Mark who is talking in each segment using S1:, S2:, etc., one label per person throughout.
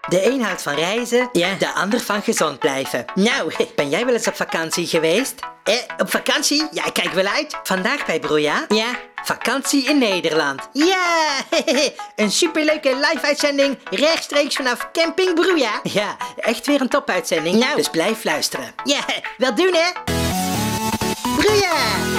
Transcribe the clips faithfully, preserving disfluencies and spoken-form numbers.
S1: De een houdt van reizen,
S2: Ja.
S1: de ander van gezond blijven. Nou, ben jij wel eens op vakantie geweest?
S2: Eh, op vakantie? Ja, ik kijk wel uit.
S1: Vandaag bij Broeia?
S2: Ja.
S1: Vakantie in Nederland.
S2: Ja, een superleuke live-uitzending rechtstreeks vanaf Camping Broeia.
S1: Ja, echt weer een topuitzending,
S2: Nou.
S1: dus blijf luisteren.
S2: Ja, wel doen hè. Broeia.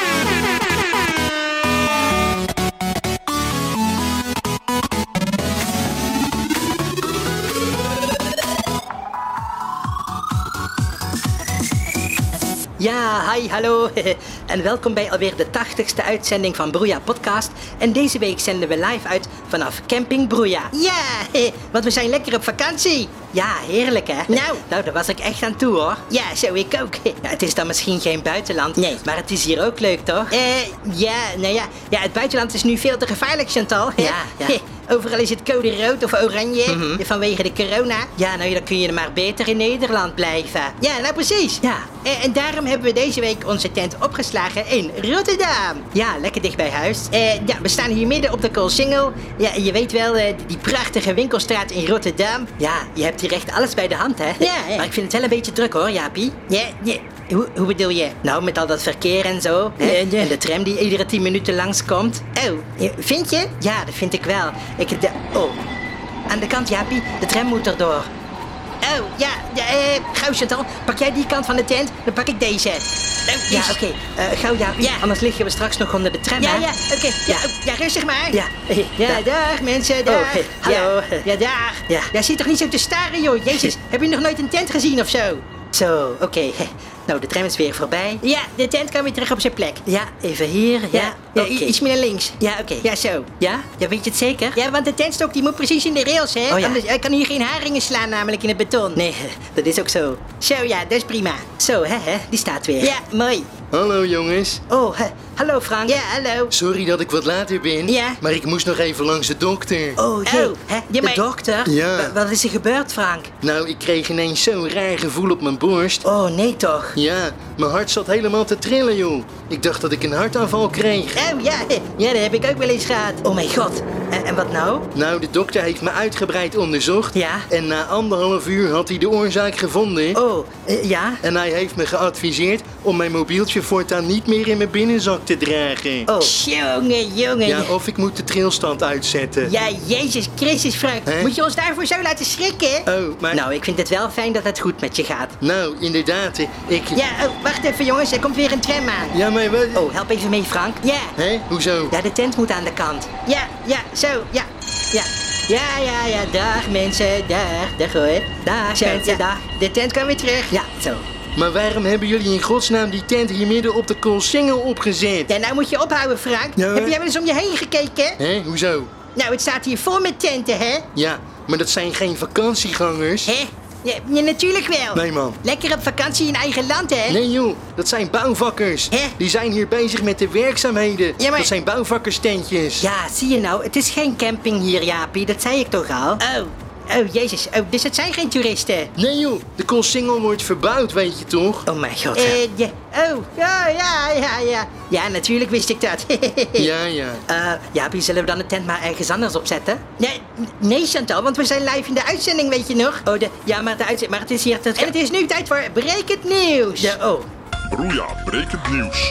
S1: Ja, hi, hallo. En welkom bij alweer de tachtigste uitzending van Broeia Podcast. En deze week zenden we live uit vanaf Camping Broeia.
S2: Ja, want we zijn lekker op vakantie.
S1: Ja, heerlijk hè?
S2: Nou.
S1: Nou, daar was ik echt aan toe hoor.
S2: Ja, zo ik ook.
S1: Ja, het is dan misschien geen buitenland,
S2: Nee.
S1: maar het is hier ook leuk toch?
S2: Eh, ja, nou ja. Ja, het buitenland is nu veel te gevaarlijk, Chantal.
S1: Ja, ja.
S2: Overal is het code rood of oranje,
S1: Mhm.
S2: vanwege de corona.
S1: Ja, nou dan kun je maar beter in Nederland blijven.
S2: Ja, nou precies.
S1: Ja.
S2: En, en daarom hebben we deze week onze tent opgeslagen in Rotterdam.
S1: Ja, lekker dicht bij huis.
S2: Eh, ja, we staan hier midden op de Koolsingel. Ja, je weet wel, eh, die prachtige winkelstraat in Rotterdam.
S1: Ja, je hebt hier echt alles bij de hand, hè?
S2: Ja, ja.
S1: Maar ik vind het wel een beetje druk, hoor, Jaapie.
S2: Ja, ja. Hoe, hoe bedoel je?
S1: Nou, met al dat verkeer en zo. Hè?
S2: Ja, ja.
S1: En de tram die iedere tien minuten langskomt.
S2: Oh, eh, vind je?
S1: Ja, dat vind ik wel. Ik, de, oh, aan de kant, Jaapie. De tram moet erdoor.
S2: Oh, ja, ja eh, gauw Chantal. Pak jij die kant van de tent, dan pak ik deze. Oh,
S1: Ja,
S2: yes.
S1: oké. Eh, gauw, Jaapie.
S2: Ja.
S1: Anders liggen we straks nog onder de tram,
S2: Ja,
S1: hè?
S2: ja, oké. Ja,
S1: Ja.
S2: oh, ja, rustig maar.
S1: Ja.
S2: Ja,
S1: Da-
S2: dag mensen, dag.
S1: Oh, hey, hallo.
S2: Ja, ja dag.
S1: Ja.
S2: Ja, zit toch niet zo te staren, joh. Jezus, heb je nog nooit een tent gezien of zo?
S1: Zo, oké. Nou, de tram is weer voorbij.
S2: Ja, de tent kan weer terug op zijn plek.
S1: Ja, even hier. Ja,
S2: Ja, ja,
S1: oké.
S2: i- iets meer naar links.
S1: Ja, oké.
S2: Ja, zo.
S1: Ja? Ja, weet je het zeker?
S2: Ja, want de tentstok die moet precies in de rails, hè?
S1: Oh, ja.
S2: Anders hij kan hier geen haringen slaan, namelijk in het beton.
S1: Nee, dat is ook zo.
S2: Zo, ja, dat is prima.
S1: Zo, hè, hè? Die staat weer.
S2: Ja, mooi.
S3: Hallo jongens.
S1: Oh, hè. Hallo Frank.
S2: Ja, hallo.
S3: Sorry dat ik wat later ben.
S2: Ja.
S3: Maar ik moest nog even langs de dokter.
S1: Oh, jee.
S2: Oh,
S1: hè?
S2: ja,
S1: De
S2: maar-
S1: dokter?
S3: Ja.
S1: Wa- Wat is er gebeurd, Frank?
S3: Nou, ik kreeg ineens zo'n raar gevoel op mijn borst.
S1: Oh, nee toch?
S3: Ja, mijn hart zat helemaal te trillen, joh. Ik dacht dat ik een hartaanval kreeg.
S2: Oh, ja. Ja, dat heb ik ook wel eens gehad.
S1: Oh mijn god. En, en wat nou?
S3: Nou, de dokter heeft me uitgebreid onderzocht.
S1: Ja.
S3: En na anderhalf uur had hij de oorzaak gevonden.
S1: Oh, eh, ja?
S3: En hij heeft me geadviseerd om mijn mobieltje voortaan niet meer in mijn binnenzak te dragen.
S1: Oh.
S2: Jongen, jongen.
S3: Ja, of ik moet de trilstand uitzetten.
S2: Ja, Jezus Christus, Frank.
S3: Hè?
S2: Moet je ons daarvoor zo laten schrikken?
S3: Oh, maar... Nou,
S1: Nou, ik vind het wel fijn dat het goed met je gaat.
S3: inderdaad. Ik...
S2: Ja, oh, wacht even, jongens. Er komt weer een tram aan.
S3: Ja, maar wat...
S1: Oh, help even mee, Frank.
S2: Ja,
S3: Hè? Hoezo?
S1: Ja, de tent moet aan de kant.
S2: ja, ja, zo, ja. Ja, ja, ja, ja. Dag, mensen. Dag, dag hoor.
S1: Dag,
S2: Zo,
S1: mensen,
S2: ja.
S1: dag.
S2: De tent kan weer terug.
S1: Ja, zo.
S3: Maar waarom hebben jullie in godsnaam die tent hier midden op de Koolsingel opgezet?
S2: Ja, nou moet je ophouden, Frank.
S3: Ja, hoor.
S2: Heb jij wel eens om je heen gekeken?
S3: Hé, hoezo?
S2: Nou, het staat hier vol met tenten, hè?
S3: Ja, maar dat zijn geen vakantiegangers.
S2: Hè? Ja, ja, natuurlijk wel.
S3: Nee, man.
S2: Lekker op vakantie in eigen land, hè?
S3: Nee, joh, dat zijn bouwvakkers.
S2: Hè?
S3: Die zijn hier bezig met de werkzaamheden.
S2: Ja, maar-
S3: Dat zijn bouwvakkerstentjes.
S1: Ja, zie je nou, het is geen camping hier, Jaapie. Dat zei ik toch al?
S2: Oh, oh, Jezus. Oh, dus het zijn geen toeristen.
S3: Nee, joh, de Koolsingel wordt verbouwd, weet je toch?
S1: Oh mijn god.
S2: Eh, ja. Oh, ja, ja, ja, ja. Ja, natuurlijk wist ik dat.
S3: Ja, ja.
S1: Eh, Jaapie, zullen we dan de tent maar ergens anders opzetten?
S2: Nee, nee, Chantal, want we zijn live in de uitzending, weet je nog?
S1: Oh, de, ja, maar, de uitzet, maar het is hier... Het,
S2: En het is nu tijd voor Brekend Nieuws.
S1: de, oh,
S4: Broeia brekend nieuws.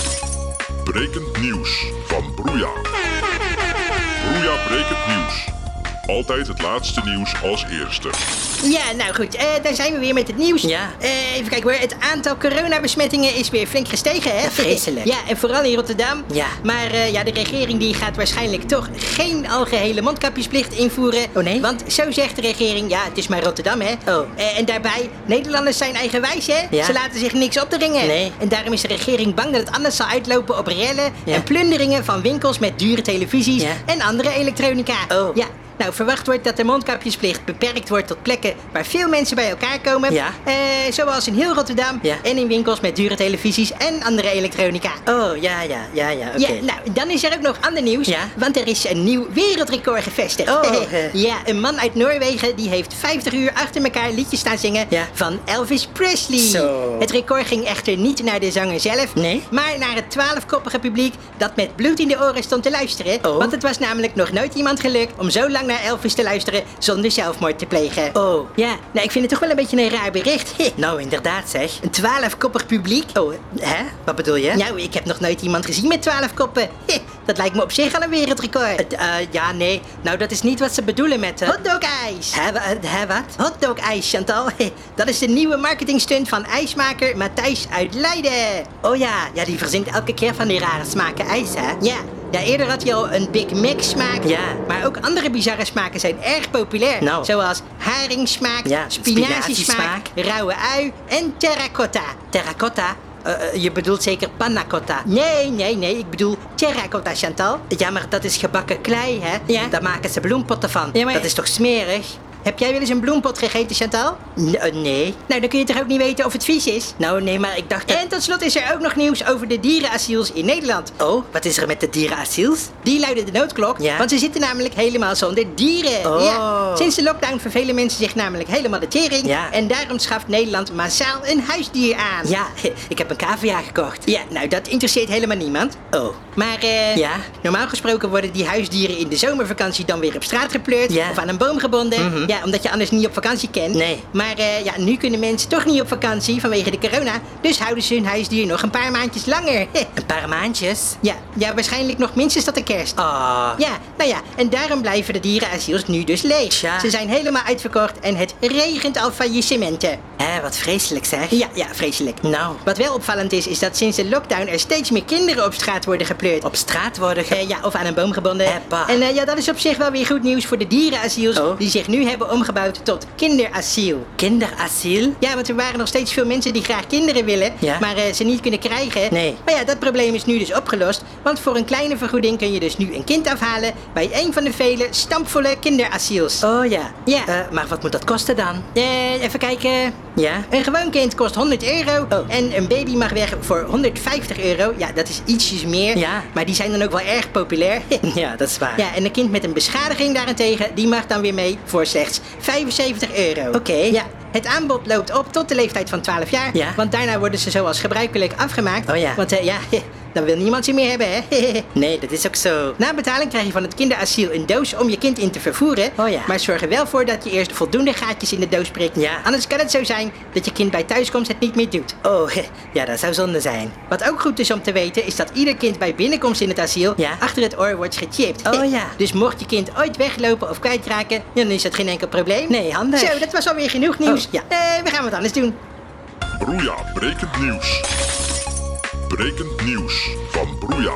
S4: Brekend nieuws van Broeia. Broeia brekend nieuws. Altijd het laatste nieuws als eerste.
S2: Ja, nou goed, eh, daar zijn we weer met het nieuws.
S1: Ja.
S2: Eh, even kijken hoor, het aantal coronabesmettingen is weer flink gestegen, hè?
S1: Ja, vreselijk.
S2: Ja, en vooral in Rotterdam.
S1: Ja.
S2: Maar eh, ja, de regering die gaat waarschijnlijk toch geen algehele mondkapjesplicht invoeren.
S1: Oh, nee?
S2: Want zo zegt de regering, ja, het is maar Rotterdam, hè?
S1: Oh.
S2: Eh, en daarbij, Nederlanders zijn eigenwijs, hè?
S1: Ja.
S2: Ze laten zich niks opdringen.
S1: Nee.
S2: En daarom is de regering bang dat het anders zal uitlopen op rellen
S1: Ja.
S2: en plunderingen van winkels met dure televisies
S1: Ja.
S2: en andere elektronica.
S1: Oh.
S2: Ja. Nou, verwacht wordt dat de mondkapjesplicht beperkt wordt tot plekken waar veel mensen bij elkaar komen.
S1: Ja.
S2: Eh, zoals in heel Rotterdam
S1: Ja.
S2: en in winkels met dure televisies en andere elektronica.
S1: oh, ja, ja, ja, ja, oké.
S2: Ja, nou, dan is er ook nog ander nieuws.
S1: Ja.
S2: Want er is een nieuw wereldrecord gevestigd.
S1: Oh, eh.
S2: Ja, een man uit Noorwegen die heeft vijftig uur achter elkaar liedjes staan zingen
S1: Ja.
S2: van Elvis Presley.
S1: Zo.
S2: Het record ging echter niet naar de zanger zelf,
S1: Nee?
S2: maar naar het twaalfkoppige publiek dat met bloed in de oren stond te luisteren.
S1: Oh.
S2: Want het was namelijk nog nooit iemand gelukt om zo lang naar Elvis te luisteren zonder zelfmoord te plegen.
S1: Oh.
S2: Ja, nou ik vind het toch wel een beetje een raar bericht.
S1: Nou, inderdaad zeg.
S2: Een twaalfkoppig publiek.
S1: Oh, hè? Wat bedoel je?
S2: Nou, ik heb nog nooit iemand gezien met twaalf koppen. Dat lijkt me op zich al een wereldrecord.
S1: Uh, ja, nee. Nou, dat is niet wat ze bedoelen met... Uh...
S2: Hotdog-ijs.
S1: Hè, wa- hè, wat?
S2: Hotdog-ijs, Chantal. Dat is de nieuwe marketingstunt van ijsmaker Matthijs uit Leiden.
S1: Oh ja, ja, die verzint elke keer van die rare smaken ijs, hè?
S2: Ja, ja, eerder had hij al een Big Mac smaak.
S1: Ja.
S2: Maar ook andere bizarre smaken zijn erg populair.
S1: Nou.
S2: Zoals haringsmaak,
S1: Ja,
S2: spinaziesmaak, rauwe ui en terracotta.
S1: Terracotta? Uh, uh, je bedoelt zeker panna cotta?
S2: Nee, nee, nee, ik bedoel terracotta, Chantal.
S1: Ja, maar dat is gebakken klei, hè?
S2: Ja.
S1: Daar maken ze bloempotten van.
S2: Ja, maar-
S1: Dat is toch smerig?
S2: Heb jij wel eens een bloempot gegeten, Chantal?
S1: N- uh, nee.
S2: Nou, dan kun je toch ook niet weten of het vies is?
S1: Nou, nee, maar ik dacht dat...
S2: En tot slot is er ook nog nieuws over de dierenasiels in Nederland.
S1: Oh, wat is er met de dierenasiels?
S2: Die luiden de noodklok,
S1: Ja.
S2: want ze zitten namelijk helemaal zonder dieren.
S1: Oh.
S2: Ja. Sinds de lockdown vervelen mensen zich namelijk helemaal de tering.
S1: Ja.
S2: En daarom schaft Nederland massaal een huisdier aan.
S1: Ja, ik heb een cavia gekocht.
S2: Ja, nou dat interesseert helemaal niemand.
S1: Oh.
S2: Maar eh,
S1: Ja?
S2: normaal gesproken worden die huisdieren in de zomervakantie dan weer op straat gepleurd.
S1: Ja.
S2: Of aan een boom gebonden.
S1: Mhm.
S2: Ja, omdat je anders niet op vakantie kent.
S1: Nee.
S2: Maar eh, ja, nu kunnen mensen toch niet op vakantie vanwege de corona. Dus houden ze hun huisdier nog een paar maandjes langer.
S1: Een paar maandjes?
S2: ja, ja, waarschijnlijk nog minstens tot de kerst.
S1: Oh.
S2: Ja, nou ja, en daarom blijven de dierenasiels nu dus leeg.
S1: Tja.
S2: Ze zijn helemaal uitverkocht en het regent al faillissementen.
S1: Hé, wat vreselijk zeg.
S2: Ja, ja, vreselijk.
S1: Nou,
S2: Wat wel opvallend is, is dat sinds de lockdown er steeds meer kinderen op straat worden gepleurd.
S1: op straat worden ge...
S2: Eh, ja, of aan een boom gebonden.
S1: Heppa.
S2: En eh, ja, dat is op zich wel weer goed nieuws voor de dierenasiels
S1: Oh.
S2: die zich nu hebben omgebouwd tot kinderasiel.
S1: Kinderasiel?
S2: Ja, want er waren nog steeds veel mensen die graag kinderen willen,
S1: Ja.
S2: maar eh, ze niet kunnen krijgen.
S1: Nee.
S2: Maar ja, dat probleem is nu dus opgelost, want voor een kleine vergoeding kun je dus nu een kind afhalen bij een van de vele stampvolle kinderasiels.
S1: Oh ja.
S2: Ja.
S1: Eh, maar wat moet dat kosten dan?
S2: Eh, even kijken.
S1: Ja?
S2: Een gewoon kind kost honderd euro
S1: Oh.
S2: en een baby mag weg voor honderdvijftig euro. Ja, dat is ietsjes meer,
S1: Ja.
S2: maar die zijn dan ook wel erg populair.
S1: Ja, dat is waar.
S2: Ja, en een kind met een beschadiging daarentegen, die mag dan weer mee voor slechts vijfenzeventig euro.
S1: Oké.
S2: Ja, het aanbod loopt op tot de leeftijd van twaalf jaar.
S1: Ja.
S2: Want daarna worden ze zoals gebruikelijk afgemaakt.
S1: Oh ja.
S2: Want eh, ja, dan wil niemand ze meer hebben, hè.
S1: Nee, dat is ook zo.
S2: Na betaling krijg je van het kinderasiel een doos om je kind in te vervoeren.
S1: Oh ja.
S2: Maar zorg er wel voor dat je eerst voldoende gaatjes in de doos prikt.
S1: Ja.
S2: Anders kan het zo zijn dat je kind bij thuiskomst het niet meer doet.
S1: Oh, ja, dat zou zonde zijn.
S2: Wat ook goed is om te weten, is dat ieder kind bij binnenkomst in het asiel
S1: Ja.
S2: achter het oor wordt gechipt.
S1: Oh ja.
S2: Dus mocht je kind ooit weglopen of kwijtraken, dan is dat geen enkel probleem.
S1: Nee, handig.
S2: Zo, dat was alweer genoeg nieuws.
S1: Oh, ja.
S2: Eh, we gaan wat anders doen.
S4: Broeia brekend nieuws. Brekend nieuws van Broeia.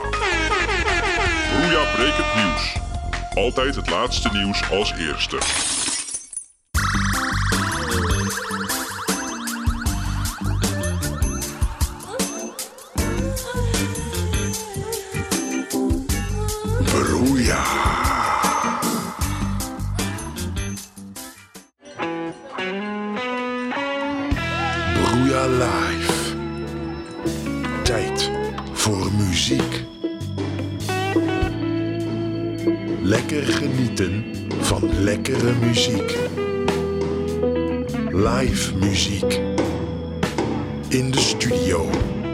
S4: Broeia brekend nieuws. Altijd het laatste nieuws als eerste. Broeia. Broeia live. Tijd voor muziek. Lekker genieten van lekkere muziek. Live muziek. In de studio.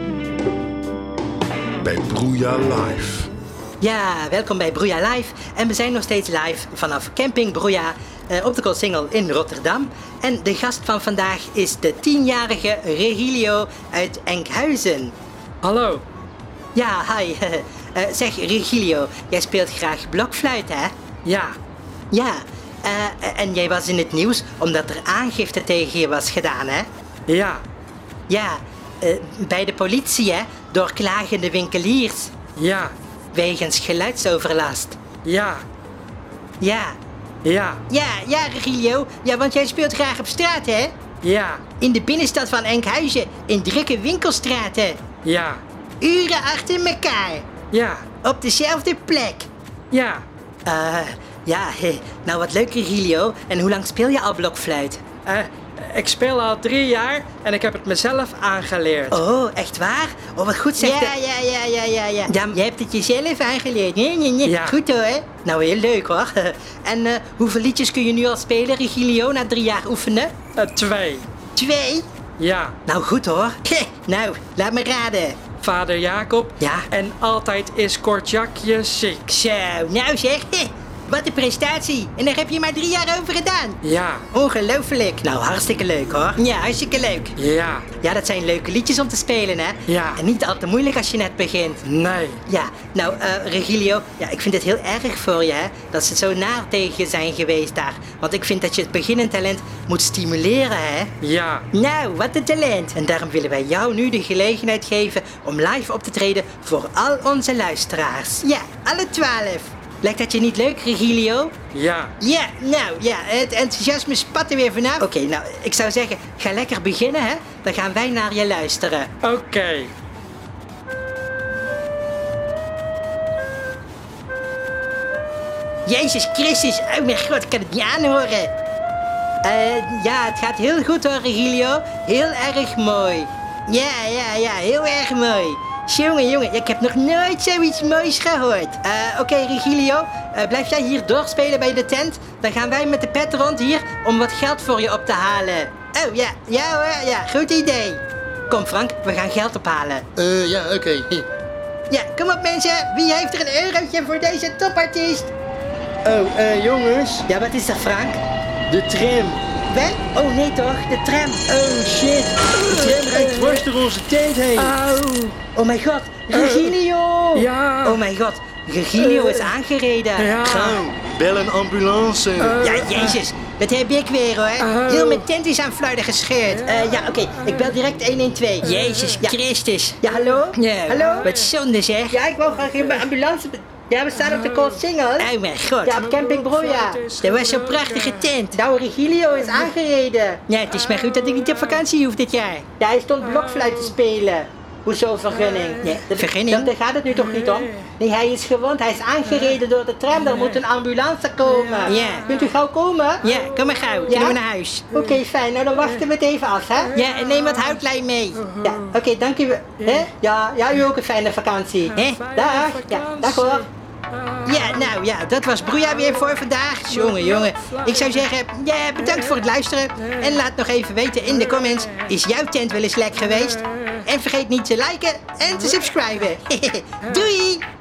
S4: Bij Broeia Live.
S1: Ja, welkom bij Broeia Live. En we zijn nog steeds live vanaf Camping Broeia eh, op de Koolsingel in Rotterdam. En de gast van vandaag is de tienjarige Regilio uit Enkhuizen.
S5: Hallo.
S1: Ja, hi. Eh, zeg Regilio, jij speelt graag blokfluit, hè?
S5: Ja.
S1: Ja. eh, en jij was in het nieuws omdat er aangifte tegen je was gedaan, hè?
S5: Ja.
S1: Ja, eh, bij de politie, hè? Door klagende winkeliers.
S5: Ja.
S1: Wegens geluidsoverlast.
S5: Ja.
S1: Ja.
S5: Ja.
S2: Ja, ja, Regilio. Ja, want jij speelt graag op straat, hè?
S5: Ja.
S2: In de binnenstad van Enkhuizen, in drukke winkelstraten.
S5: Ja.
S2: Uren achter elkaar.
S5: Ja.
S2: Op dezelfde plek.
S5: Ja.
S1: Eh, ja, hé, nou wat leuk Regilio. En hoe lang speel je al blokfluit?
S5: Eh, ik speel al drie jaar en ik heb het mezelf aangeleerd.
S1: Oh, echt waar? Oh, wat goed zeg.
S2: Ja,
S1: de-
S2: ja, ja, ja, ja, ja.
S1: Ja,
S2: Je hebt het jezelf aangeleerd. Nee, nee, nee.
S5: Ja.
S2: Goed hoor, hè?
S1: Nou, heel leuk hoor. En eh, hoeveel liedjes kun je nu al spelen, Regilio, na drie jaar oefenen?
S5: Eh, twee.
S2: Twee?
S5: Ja.
S1: Nou, goed hoor.
S2: Heh, nou, laat me raden.
S5: Vader Jacob.
S1: Ja.
S5: En altijd is Kortjakje ziek.
S2: Zo, nou zeg. Heh. wat een prestatie. En daar heb je maar drie jaar over gedaan.
S5: Ja,
S2: Ongelooflijk.
S1: Nou, hartstikke leuk hoor.
S2: Ja, hartstikke leuk.
S5: ja,
S1: Ja, dat zijn leuke liedjes om te spelen, hè?
S5: Ja.
S1: En niet al te moeilijk als je net begint.
S5: nee.
S1: Ja, nou, eh Regilio, ja, ik vind het heel erg voor je, hè, dat ze zo naar tegen je zijn geweest daar. Want ik vind dat je het beginnend talent moet stimuleren, hè.
S5: Ja,
S2: Nou, wat een talent.
S1: En daarom willen wij jou nu de gelegenheid geven om live op te treden voor al onze luisteraars.
S2: Ja, alle twaalf.
S1: Lijkt dat je niet leuk, Regilio?
S5: ja.
S2: Ja, nou ja, het enthousiasme spat er weer vanaf.
S1: Oké, nou, ik zou zeggen, ga lekker beginnen, hè. Dan gaan wij naar je luisteren.
S5: Oké.
S2: Jezus Christus, oh mijn god, ik kan het niet aanhoren.
S1: Eh, ja, het gaat heel goed hoor, Regilio. Heel erg mooi.
S2: Ja, ja, ja, heel erg mooi. Jongen, jongen, ik heb nog nooit zoiets moois gehoord.
S1: Eh, Oké, Regilio, eh, blijf jij hier doorspelen bij de tent? Dan gaan wij met de pet rond hier om wat geld voor je op te halen.
S2: Oh ja, ja hoor, ja, goed idee.
S1: Kom Frank, we gaan geld ophalen.
S3: Eh, ja, oké.
S2: Ja, kom op mensen, wie heeft er een eurotje voor deze topartiest?
S3: Oh, eh, jongens.
S1: Ja, wat is er, Frank?
S3: De tram.
S2: Wat?
S1: Oh nee toch, de tram.
S3: Oh, shit. De tram rijdt dwars door onze tent heen.
S1: Oh mijn god, Regilio!
S5: Ja.
S1: Oh mijn god, Regilio is aangereden.
S5: Ja.
S3: Gauw, bel een ambulance.
S2: Ja, jezus, dat heb ik weer hoor. Heel mijn tent is aan flarden gescheurd.
S1: Eh, ja, oké, ik bel direct honderdtwaalf.
S2: Jezus
S1: Ja.
S2: Christus.
S1: Ja, hallo?
S2: Ja,
S1: Hallo?
S2: wat zonde zeg.
S1: Ja, ik wou graag in mijn ambulance... be- Ja, we staan op de Cold Single.
S2: Oh mijn god.
S1: Ja, op Camping Broja.
S2: Dat was zo'n prachtige tent.
S1: Nou, Regilio is aangereden.
S2: Ja, het is maar goed dat ik niet op vakantie hoef dit jaar.
S1: Ja, hij stond blokfluit te spelen. Hoezo vergunning?
S2: Ja, vergunning?
S1: Daar, daar gaat het nu toch niet om? Nee, hij is gewond. Hij is aangereden door de tram. Er moet een ambulance komen.
S2: Ja.
S1: Kunt u gauw komen?
S2: Ja, kom maar gauw. Kunnen we naar huis?
S1: Oké, fijn. Nou, dan wachten we het even af, hè?
S2: Ja, en neem wat houtlijn mee.
S1: Ja, oké, dank u wel. Hè? Ja, ja, u ook een fijne vakantie.
S2: Hè?
S1: Dag. Ja, dag hoor.
S2: Ja, nou ja, dat was Broeia weer voor vandaag. Jongen, jongen. Ik zou zeggen, ja, bedankt voor het luisteren. En laat nog even weten in de comments, is jouw tent wel eens lek geweest? En vergeet niet te liken en te subscriben. Doei!